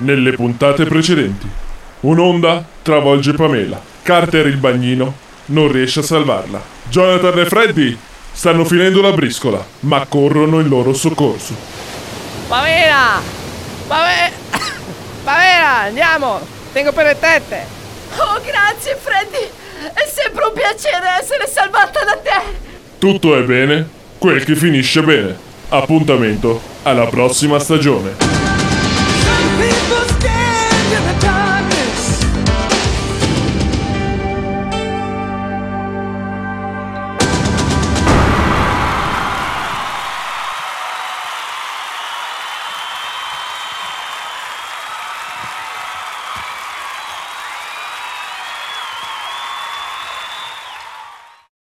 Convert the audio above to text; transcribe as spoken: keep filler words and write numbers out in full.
Nelle puntate precedenti, un'onda travolge Pamela. Carter il bagnino non riesce a salvarla. Jonathan e Freddy stanno finendo la briscola, ma corrono in loro soccorso. Pamela! Pamela! Pamela, andiamo! Tengo per le tette! Oh, grazie, Freddy! È sempre un piacere essere salvata da te! Tutto è bene, quel che finisce bene. Appuntamento alla prossima stagione. Some people stand in the